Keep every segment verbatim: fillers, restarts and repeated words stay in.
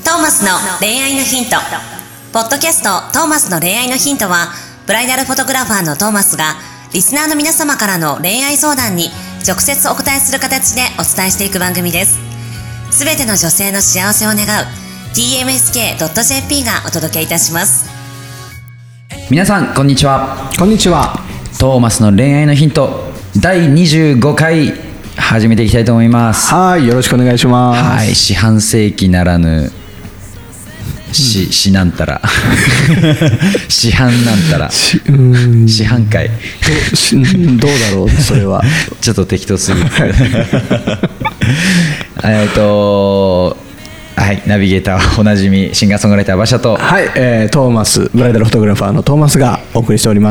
トーマスの恋愛のヒント。ポッドキャストトーマスの恋愛のヒントは、ブライダルフォトグラファーのトーマスがリスナーの皆様からの恋愛相談に直接お答えする形でお伝えしていく番組です。すべての女性の幸せを願う ティーエムエスケードットジェーピー がお届けいたします。 皆さんこんにちは。 こんにちは。 トーマスの恋愛のヒントだいにじゅうごかい始めていきたいと思います。 はい、よろしくお願いします。 はい、四半世紀ならぬし、うん、しなんたら四半なんたら四半回どうだろうそれはちょっと適当すぎるえっとはい、ナビゲーターおなじみシンガーソングライター馬車と、 はい、えー、トーマスブライダルフォトグラファーのトーマスがお送りしております。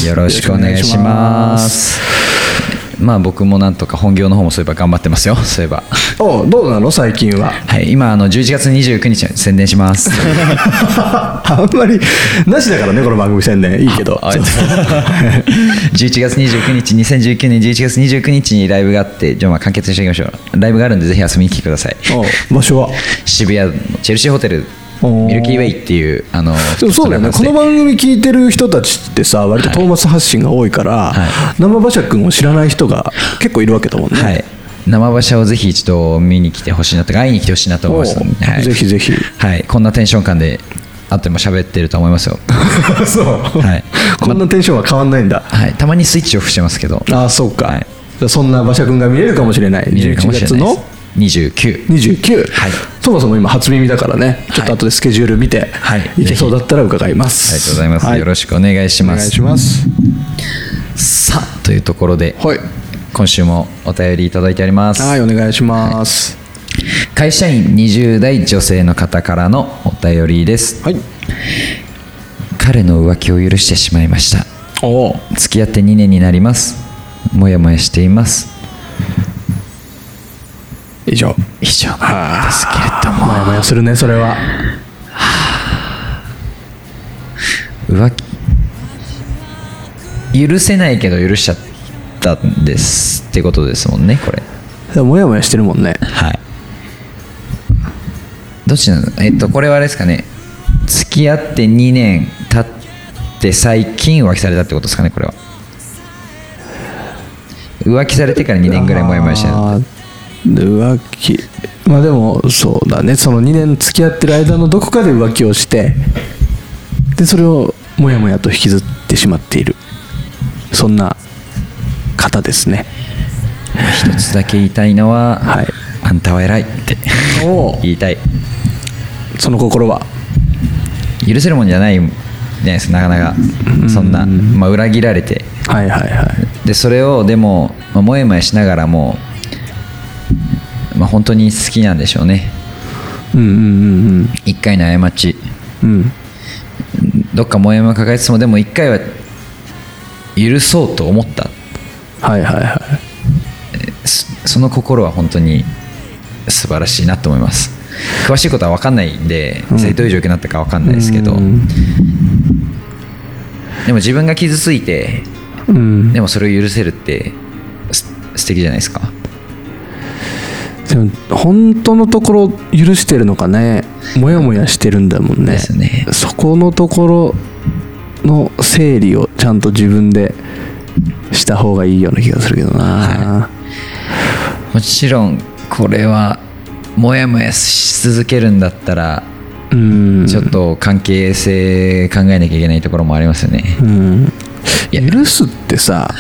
よろしくお願いします。まあ僕もなんとか本業の方もそういえば頑張ってますよ。そういえばおどうなの最近は。 はい、今あのじゅういちがつにじゅうくにち宣伝しますあんまりなしだからねこの番組宣伝。いいけどじゅういちがつにじゅうくにちにせんじゅうきゅうねんじゅういちがつにじゅうくにちにライブがあって、じゃあまあ完結していきましょう。ライブがあるんでぜひ遊びに来てください。 お場所は渋谷のチェルシーホテルミルキーウェイっていうあのそうだよね。この番組聞いてる人たちってさ割とトーマス発信が多いから、はい、生馬車君を知らない人が結構いるわけだもんね。はい、 生馬車をぜひ一度見に来てほしいなとか会いに来てほしいなと思います、はい、 ぜひぜひ、 はい、こんなテンション感であっても喋ってると思いますよそう、はい、こんなテンションは変わんないんだ、 はい、たまにスイッチオフしてますけど。 ああそうか、はい、 じゃそんな馬車君が見れるかもしれない。 見れるかもしれないです。 じゅういちがつのにじゅうきゅう、 にじゅうきゅう、 はい、 そもそも今初耳だからね、ちょっと後でスケジュール見て、はい、いけそうだったら伺います。 ありがとうございます、はい、よろしくお願いします。 お願いします。 さあというところで、 はい、 今週もお便りいただいております。 はい、お願いします、 はい、会社員にじゅう代女性の方からのお便りです。はい、彼の浮気を許してしまいました。お付き合ってにねんになります。もやもやしています。 以上以上なんですけれども、 もやもやするねそれは。 浮気許せないけど許しちゃったんですってことですもんねこれ。 もやもやしてるもんね。 はい。どっちなの。えっとこれはあれですかね、付き合ってにねん経って最近浮気されたってことですかね。これは浮気されてからにねんぐらいもやもやしてるの。 で浮気、まあでもそうだね、そのにねん付き合ってる間のどこかで浮気をして、でそれをもやもやと引きずってしまっている、そんな方ですね。 一つだけ言いたいのは、はい、あんたは偉いって言いたい。 その心は許せるもんじゃないじゃないですか、なかなか。そんな、まあ、裏切られて、 はいはいはい、 でそれをでも、まあ、もやもやしながらもまあ、本当に好きなんでしょうね。うんうんうんうん。一回の過ち、うん、どっかもやもや抱えつつもでも一回は許そうと思った。 はいはいはい。 その心は本当に素晴らしいなと思います。詳しいことは分かんないんで、うん、どういう状況になったか分かんないですけど、うん、でも自分が傷ついて、うん、でもそれを許せるって素敵じゃないですか。 でも本当のところ許してるのかね、もやもやしてるんだもんね。 ですね。 そこのところの整理をちゃんと自分でした方がいいような気がするけどな、はい、 もちろんこれはもやもやし続けるんだったら、うん、ちょっと関係性考えなきゃいけないところもありますよね。うん、 いや許すってさ、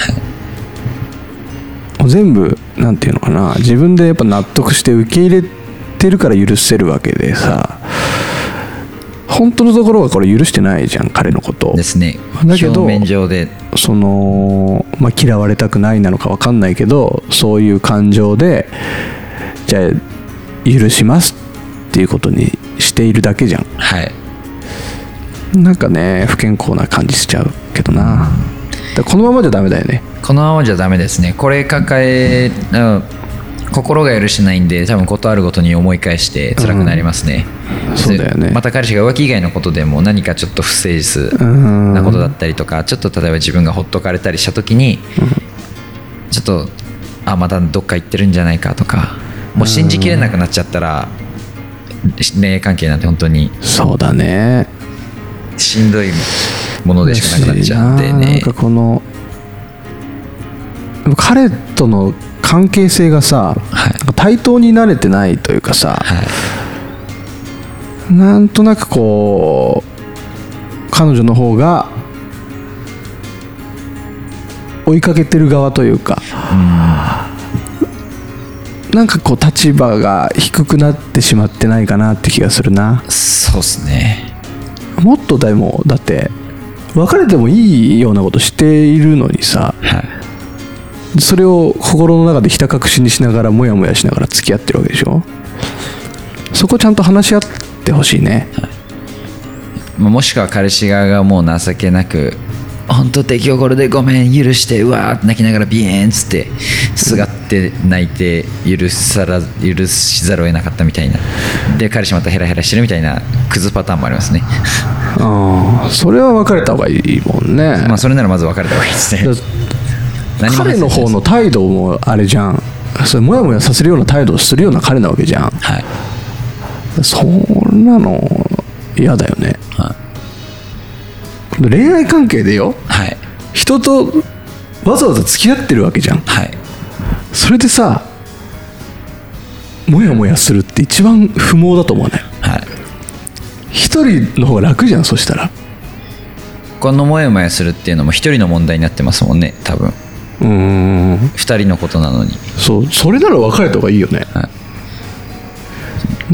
全部なんていうのかな、自分でやっぱ納得して受け入れてるから許せるわけでさ、本当のところはこれ許してないじゃん彼のことですね。 だけど表面上でその、まあ、嫌われたくないなのか分かんないけど、そういう感情でじゃあ許しますっていうことにしているだけじゃん。はい。なんかね不健康な感じしちゃうけどな。だこのままじゃダメだよね。 このままじゃダメですね。これ抱え、うん、心が許してないんで多分ことあるごとに思い返して辛くなりますね、 うん、そうだよね。 また彼氏が浮気以外のことでも何かちょっと不誠実なことだったりとか、ちょっと例えば自分がほっとかれたりした時に、うん、ちょっとあまたどっか行ってるんじゃないかとか、もう信じきれなくなっちゃったら恋愛関係なんて本当にそうだね、 しんどいものでしかなくなっちゃうんでね。 なんかこの彼との関係性がさ、はい、対等になれてないというかさ、はい、なんとなくこう彼女の方が追いかけてる側というか、うん、なんかこう立場が低くなってしまってないかなって気がするな。 そうっすね。 もっとでもだって別れてもいいようなことしているのにさ、はい、それを心の中でひた隠しにしながらモヤモヤしながら付き合ってるわけでしょ。そこちゃんと話し合ってほしいね、はい、 もしくは彼氏側がもう情けなく本当出来心でごめん許してうわーって泣きながらビエーンっつってすがって泣いて許さら許しざるを得なかったみたいなで彼氏またヘラヘラしてるみたいなクズパターンもありますね。 ああ、それは別れた方がいいもんね。 まあそれならまず別れた方がいいですね。 彼の方の態度もあれじゃん、それモヤモヤさせるような態度をするような彼なわけじゃん、はい、そんなの嫌だよね、はい、恋愛関係でよ、はい、人とわざわざ付き合ってるわけじゃん、はい、それでさモヤモヤするって一番不毛だと思わない、はい、一人の方が楽じゃん。そしたらこのモヤモヤするっていうのも一人の問題になってますもんね多分。うーん、二人のことなのに。 そう、それなら別れた方がいいよね、はい、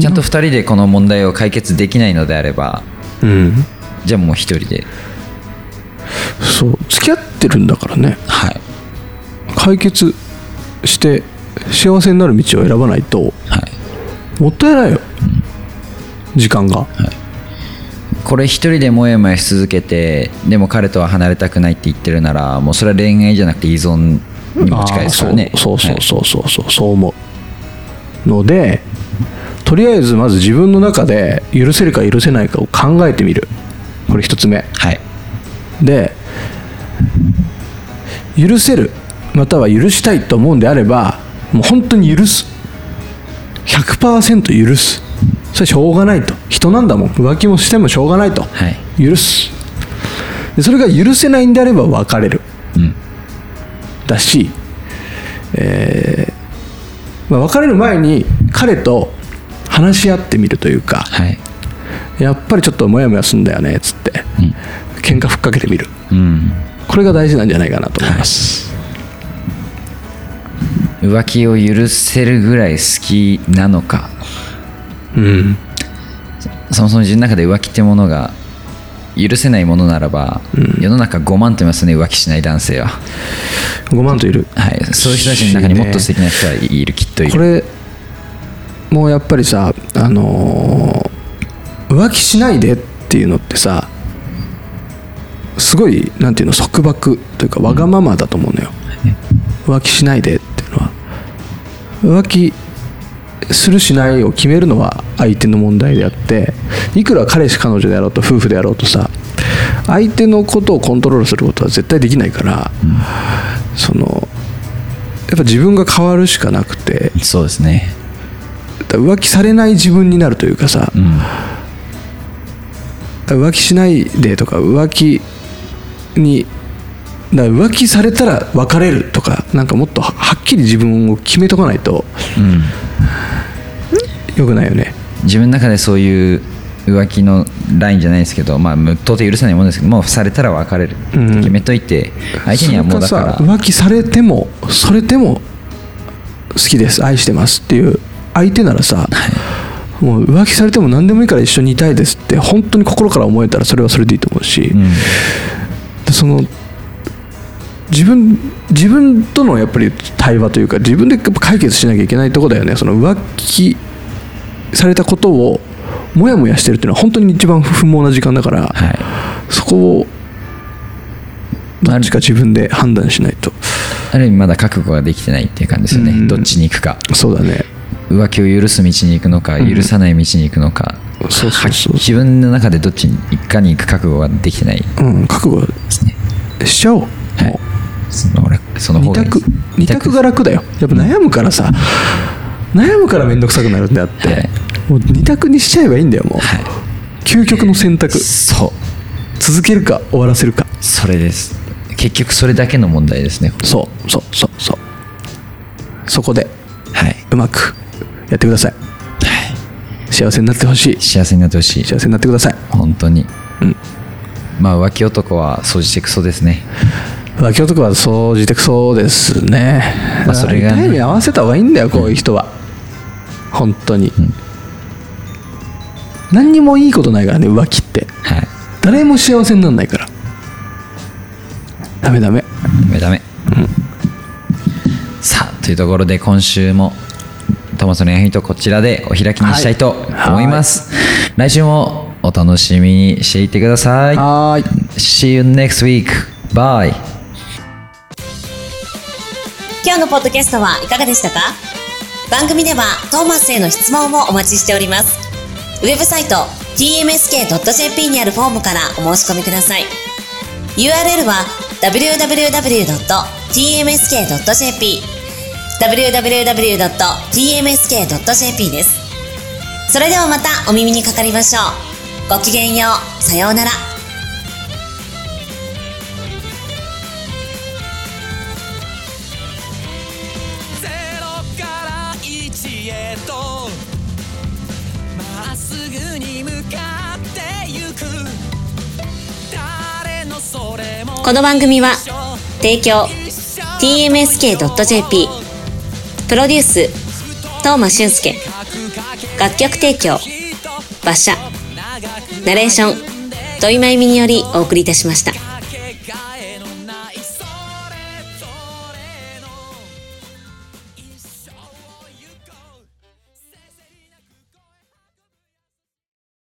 ちゃんと二人でこの問題を解決できないのであれば、うん、じゃあもう一人で。 そう付き合ってるんだからね、はい、解決して幸せになる道を選ばないと、はい、もったいないよ、うん、時間が、はい、 これ一人でモヤモヤし続けてでも彼とは離れたくないって言ってるならもうそれは恋愛じゃなくて依存にも近いですからね。 そうそうそうそうそう、はい、そう思うのでとりあえずまず自分の中で許せるか許せないかを考えてみる。これ一つ目、はい、で許せるまたは許したいと思うんであればもう本当に許す ひゃくパーセント 許す。それしょうがないと、人なんだもん、浮気もしてもしょうがないと、はい、許す。でそれが許せないんであれば別れる、うん、だし、えーまあ、別れる前に彼と話し合ってみるというか、はい、やっぱりちょっとモヤモヤするんだよねっつって、うん、喧嘩ふっかけてみる、うん、これが大事なんじゃないかなと思います、 はい、浮気を許せるぐらい好きなのか、うん、そもそも自分の中で浮気ってものが許せないものならば、うん、世の中ごまんといますね。浮気しない男性はごまんといる、 はい、そういう人たちの中にもっと素敵な人はいる、きっといる。 これもうやっぱりさ、あのー、浮気しないでっていうのってさすごいなんていうの束縛というかわがままだと思うのよ、うん、浮気しないでっていうのは浮気するしないを決めるのは相手の問題であって、いくら彼氏彼女であろうと夫婦であろうとさ相手のことをコントロールすることは絶対できないから、うん、そのやっぱ自分が変わるしかなくて。 そうですね。 浮気されない自分になるというかさ、うん、浮気しないでとか浮気にだから浮気されたら別れるとかなんかもっとはっきり自分を決めとかないと、うん、よくないよね。 自分の中でそういう浮気のラインじゃないですけど、まあ、到底許せないものですけどもうされたら別れるって決めといて、うん、相手にはもうだからそれかさ浮気されてもそれでも好きです愛してますっていう相手ならさ、はい、もう浮気されても何でもいいから一緒にいたいですって本当に心から思えたらそれはそれでいいと思うし、うん、でその自分自分とのやっぱり対話というか自分でやっぱ解決しなきゃいけないところだよね。その浮気されたことをモヤモヤしてるっていうのは本当に一番不毛な時間だから、はい、そこをどっちか自分で判断しないと。 ある意味まだ覚悟ができてないっていう感じですよね、うん、どっちに行くか。 そうだね。 浮気を許す道に行くのか許さない道に行くのか、うん、そうそうそう自分の中でどっちに行くかに行く覚悟ができてない、 うん、覚悟ですね。しちゃおう、はい、 そのその方がいい。 二択、二択が楽だよ。やっぱ悩むからさ、うん、悩むから面倒くさくなるんであって、はい、 もう二択にしちゃえばいいんだよもう、はい、究極の選択。 そう続けるか終わらせるか。 それです。結局それだけの問題ですね。 そうそうそうそう。そこで、 はい、 うまくやってください。はい、幸せになってほしい。 幸せになってほしい。 幸せになってください。 本当に。 うん。 まあ浮気男は掃除てクソですね。 浮気男は掃除てクソですね。まあそれが、ね、タイムに合わせた方がいいんだよ、こういう人は。うん、本当に、うん。何にもいいことないからね、浮気って。はい。誰も幸せにならないから。ダメダメ。 ダメダメ。うん。さあというところで今週もトーマスの恋愛ヒントこちらでお開きにしたいと思います。はい、来週もお楽しみにしていてください。 はい。 See you next week. Bye. 今日のポッドキャストはいかがでしたか？番組ではトーマスへの質問もお待ちしております。ウェブサイト ティーエムエスケードットジェーピー にあるフォームからお申し込みください。ユーアールエル は ダブリューダブリューダブリュードットティーエムエスケードットジェーピー ダブリューダブリューダブリュードットティーエムエスケードットジェーピー です。それではまたお耳にかかりましょう。ごきげんよう。さようなら。 ゼロからいちへとまっすぐに向かってゆく。誰のそれもこの番組は提供 ティーエムエスケードットジェーピー プロデュース東間俊介、楽曲提供馬車、ナレーション土井真由美によりお送りいたしました。